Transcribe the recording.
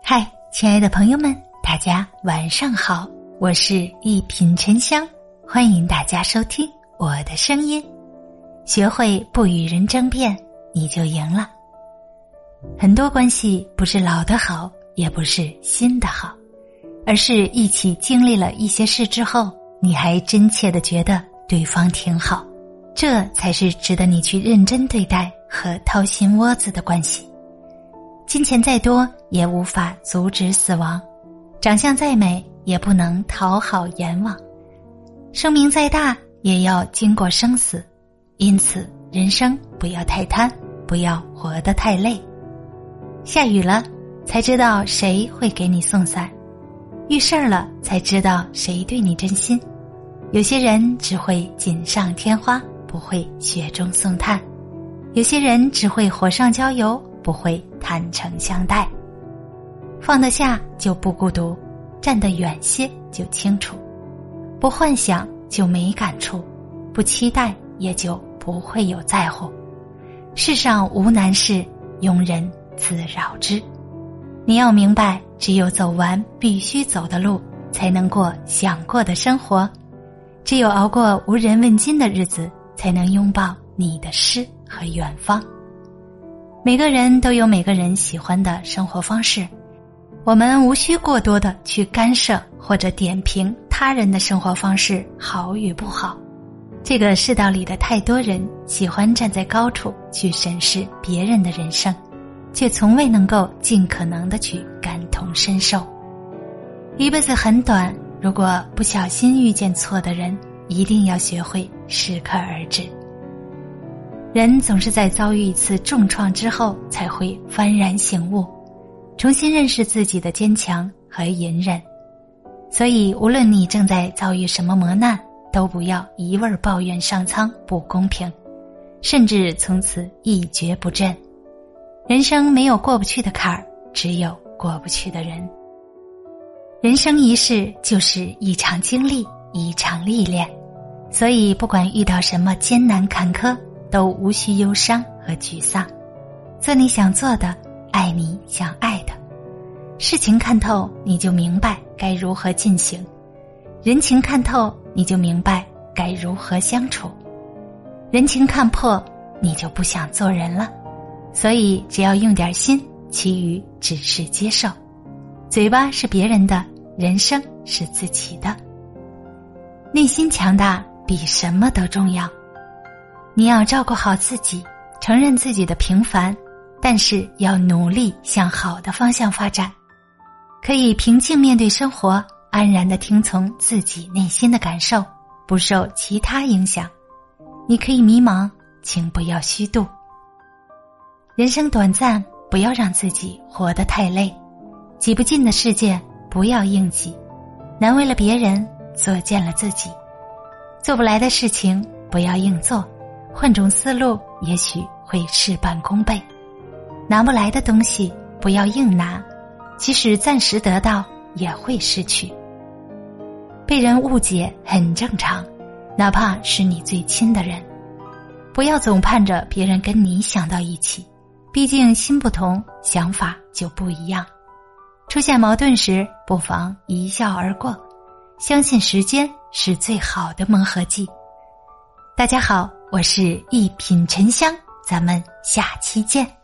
嗨，亲爱的朋友们，大家晚上好，我是一品沉香，欢迎大家收听我的声音。学会不与人争辩，你就赢了。很多关系不是老的好，也不是新的好，而是一起经历了一些事之后，你还真切地觉得对方挺好，这才是值得你去认真对待和掏心窝子的关系。金钱再多也无法阻止死亡，长相再美也不能讨好阎王，生命再大也要经过生死，因此人生不要太贪，不要活得太累。下雨了才知道谁会给你送伞，遇事儿了才知道谁对你真心。有些人只会锦上添花，不会雪中送炭，有些人只会火上浇油，不会坦诚相待。放得下就不孤独，站得远些就清楚，不幻想就没感触，不期待也就不会有在乎。世上无难事，庸人自扰之。你要明白，只有走完必须走的路，才能过想过的生活。只有熬过无人问津的日子，才能拥抱你的诗和远方。每个人都有每个人喜欢的生活方式，我们无需过多的去干涉或者点评他人的生活方式好与不好。这个世道里的太多人喜欢站在高处去审视别人的人生，却从未能够尽可能的去感同身受。一辈子很短，如果不小心遇见错的人，一定要学会适可而止。人总是在遭遇一次重创之后才会幡然醒悟，重新认识自己的坚强和隐忍。所以无论你正在遭遇什么磨难，都不要一味抱怨上苍不公平，甚至从此一蹶不振。人生没有过不去的坎儿，只有过不去的人。人生一世就是一场经历，一场历练，所以不管遇到什么艰难坎坷，都无需忧伤和沮丧。做你想做的，爱你想爱的。事情看透，你就明白该如何进行；人情看透，你就明白该如何相处；人情看破，你就不想做人了。所以只要用点心，其余只是接受。嘴巴是别人的，人生是自己的。内心强大比什么都重要。你要照顾好自己，承认自己的平凡，但是要努力向好的方向发展。可以平静面对生活，安然地听从自己内心的感受，不受其他影响。你可以迷茫，请不要虚度。人生短暂，不要让自己活得太累。挤不进的世界，不要硬挤。难为了别人，作践了自己。做不来的事情，不要硬做。换种思路，也许会事半功倍。拿不来的东西，不要硬拿，即使暂时得到，也会失去。被人误解很正常，哪怕是你最亲的人。不要总盼着别人跟你想到一起，毕竟心不同，想法就不一样。出现矛盾时，不妨一笑而过，相信时间是最好的磨合剂。大家好，我是一品沉香，咱们下期见。